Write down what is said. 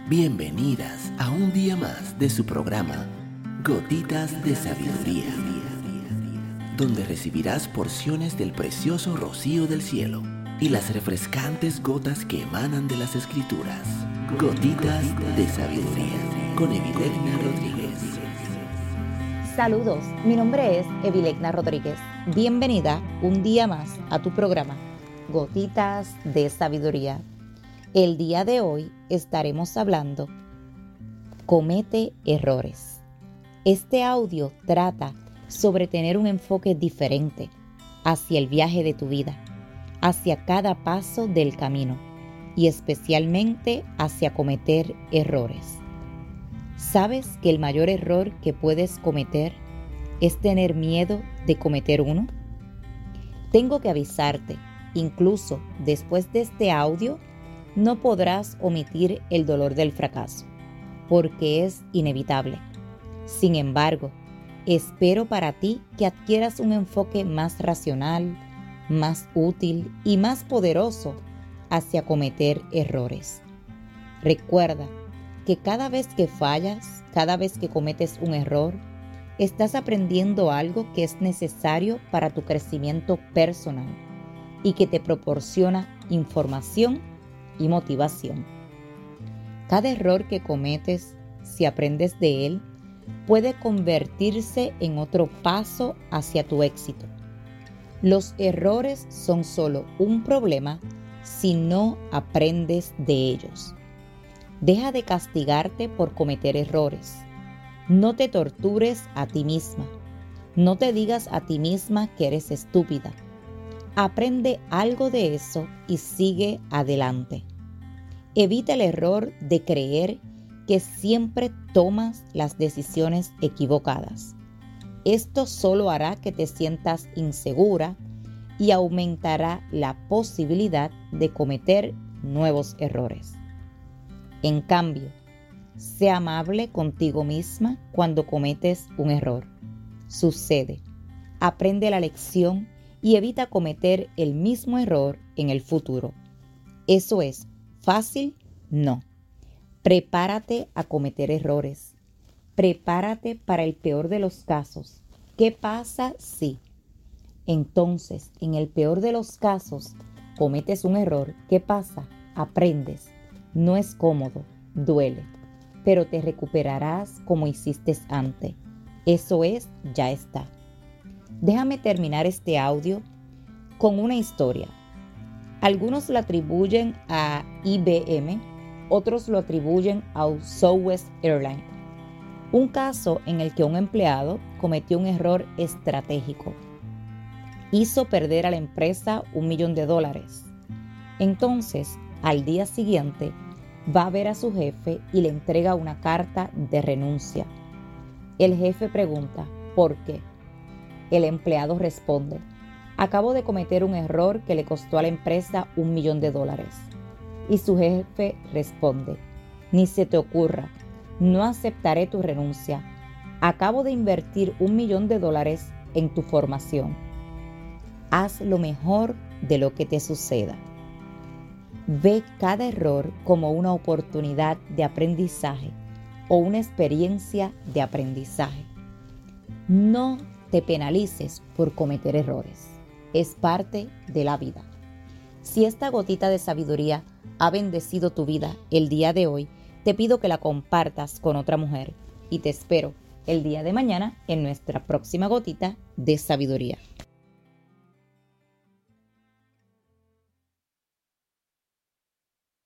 Bienvenidas a un día más de su programa Gotitas de Sabiduría, donde recibirás porciones del precioso rocío del cielo y las refrescantes gotas que emanan de las Escrituras. Gotitas de Sabiduría con Evilegna Rodríguez. Saludos, mi nombre es Evilegna Rodríguez. Bienvenida un día más a tu programa Gotitas de Sabiduría. El día de hoy estaremos hablando Comete errores. Este audio trata sobre tener un enfoque diferente hacia el viaje de tu vida, hacia cada paso del camino y especialmente hacia cometer errores. ¿Sabes que el mayor error que puedes cometer es tener miedo de cometer uno? Tengo que avisarte, incluso después de este audio, no podrás omitir el dolor del fracaso, porque es inevitable. Sin embargo, espero para ti que adquieras un enfoque más racional, más útil y más poderoso hacia cometer errores. Recuerda que cada vez que fallas, cada vez que cometes un error, estás aprendiendo algo que es necesario para tu crecimiento personal y que te proporciona información y motivación. Cada error que cometes, si aprendes de él, puede convertirse en otro paso hacia tu éxito. Los errores son solo un problema si no aprendes de ellos. Deja de castigarte por cometer errores. No te tortures a ti misma. No te digas a ti misma que eres estúpida. Aprende algo de eso y sigue adelante. Evita el error de creer que siempre tomas las decisiones equivocadas. Esto solo hará que te sientas insegura y aumentará la posibilidad de cometer nuevos errores. En cambio, sé amable contigo misma cuando cometes un error. Sucede, aprende la lección y evita cometer el mismo error en el futuro. Eso es fácil, no. Prepárate a cometer errores. Prepárate para el peor de los casos. ¿Qué pasa si? Entonces, en el peor de los casos, cometes un error. ¿Qué pasa? Aprendes. No es cómodo, duele, pero te recuperarás como hiciste antes. Eso es, ya está. Déjame terminar este audio con una historia. Algunos lo atribuyen a IBM, otros lo atribuyen a Southwest Airlines. Un caso en el que un empleado cometió un error estratégico. Hizo perder a la empresa $1,000,000. Entonces, al día siguiente, va a ver a su jefe y le entrega una carta de renuncia. El jefe pregunta, ¿por qué? El empleado responde, acabo de cometer un error que le costó a la empresa $1,000,000. Y su jefe responde, ni se te ocurra, no aceptaré tu renuncia. Acabo de invertir $1,000,000 en tu formación. Haz lo mejor de lo que te suceda. Ve cada error como una oportunidad de aprendizaje o una experiencia de aprendizaje. No te penalices por cometer errores. Es parte de la vida. Si esta gotita de sabiduría ha bendecido tu vida el día de hoy, te pido que la compartas con otra mujer y te espero el día de mañana en nuestra próxima gotita de sabiduría.